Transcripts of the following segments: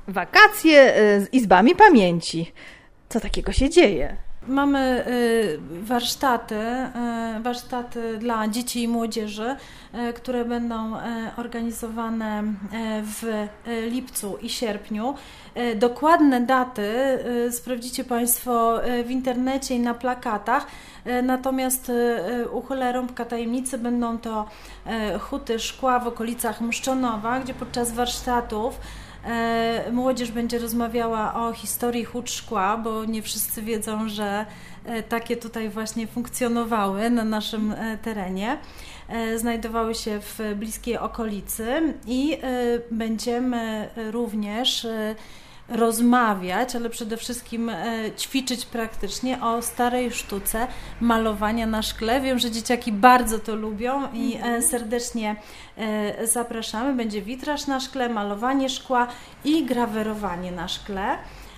Wakacje z izbami pamięci. Co takiego się dzieje? Mamy warsztaty dla dzieci i młodzieży, które będą organizowane w lipcu i sierpniu. Dokładne daty sprawdzicie Państwo w internecie i na plakatach, natomiast uchylę rąbka tajemnicy, będą to huty szkła w okolicach Mszczonowa, gdzie podczas warsztatów młodzież będzie rozmawiała o historii hut szkła, bo nie wszyscy wiedzą, że takie tutaj właśnie funkcjonowały na naszym terenie. Znajdowały się w bliskiej okolicy i będziemy również rozmawiać, ale przede wszystkim ćwiczyć praktycznie o starej sztuce malowania na szkle. Wiem, że dzieciaki bardzo to lubią i serdecznie zapraszamy. Będzie witraż na szkle, malowanie szkła i grawerowanie na szkle.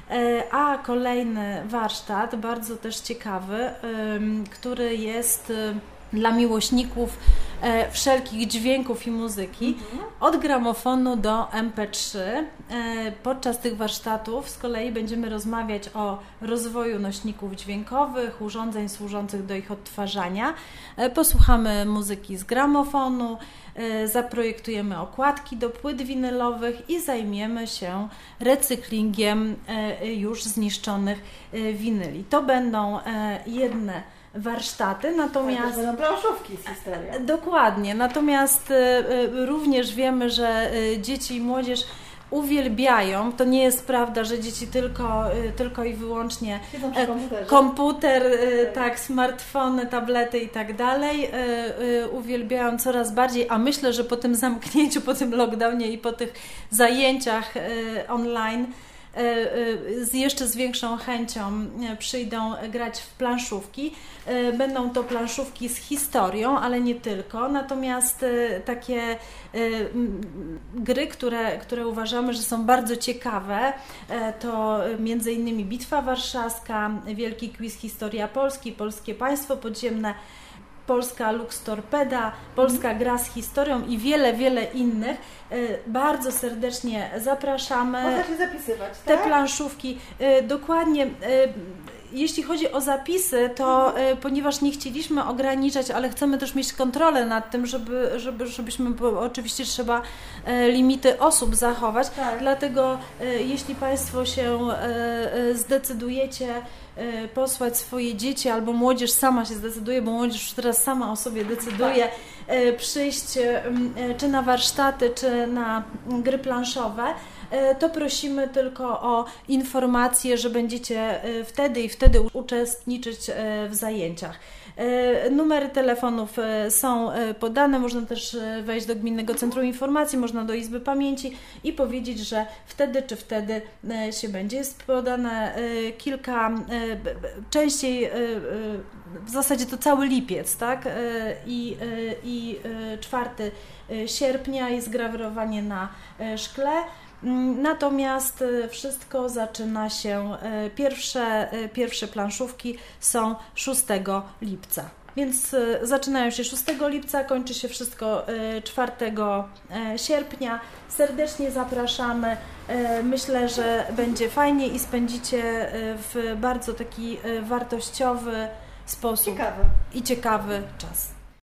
A kolejny warsztat, bardzo też ciekawy, który jest dla miłośników wszelkich dźwięków i muzyki, od gramofonu do MP3. Podczas tych warsztatów z kolei będziemy rozmawiać o rozwoju nośników dźwiękowych, urządzeń służących do ich odtwarzania. Posłuchamy muzyki z gramofonu, zaprojektujemy okładki do płyt winylowych i zajmiemy się recyklingiem już zniszczonych winyli. To będą jedne warsztaty, natomiast... To będą planszówki z historią. Dokładnie, natomiast również wiemy, że dzieci i młodzież uwielbiają, to nie jest prawda, że dzieci tylko i wyłącznie komputer, tak, smartfony, tablety i tak dalej, uwielbiają coraz bardziej, a myślę, że po tym zamknięciu, po tym lockdownie i po tych zajęciach online jeszcze z większą chęcią przyjdą grać w planszówki. Będą to planszówki z historią, ale nie tylko. Natomiast takie gry, które uważamy, że są bardzo ciekawe, to m.in. Bitwa Warszawska, Wielki Quiz Historia Polski, Polskie Państwo Podziemne, Polska Lux Torpeda, Polska Gra z Historią i wiele innych. Bardzo serdecznie zapraszamy. Można się zapisywać, tak? Te planszówki, dokładnie. Jeśli chodzi o zapisy, to ponieważ nie chcieliśmy ograniczać, ale chcemy też mieć kontrolę nad tym, żebyśmy, bo oczywiście trzeba limity osób zachować, tak. Dlatego jeśli Państwo się zdecydujecie posłać swoje dzieci, albo młodzież sama się zdecyduje, bo młodzież już teraz sama o sobie decyduje, przyjść czy na warsztaty, czy na gry planszowe, to prosimy tylko o informację, że będziecie wtedy i wtedy uczestniczyć w zajęciach. Numery telefonów są podane, można też wejść do Gminnego Centrum Informacji, można do Izby Pamięci i powiedzieć, że wtedy czy wtedy się będzie. Jest podane kilka, częściej w zasadzie to cały lipiec, tak? I 4 sierpnia jest grawerowanie na szkle. Natomiast wszystko zaczyna się, pierwsze planszówki są 6 lipca. Więc zaczynają się 6 lipca, kończy się wszystko 4 sierpnia. Serdecznie zapraszamy. Myślę, że będzie fajnie i spędzicie w bardzo taki wartościowy sposób i ciekawy czas.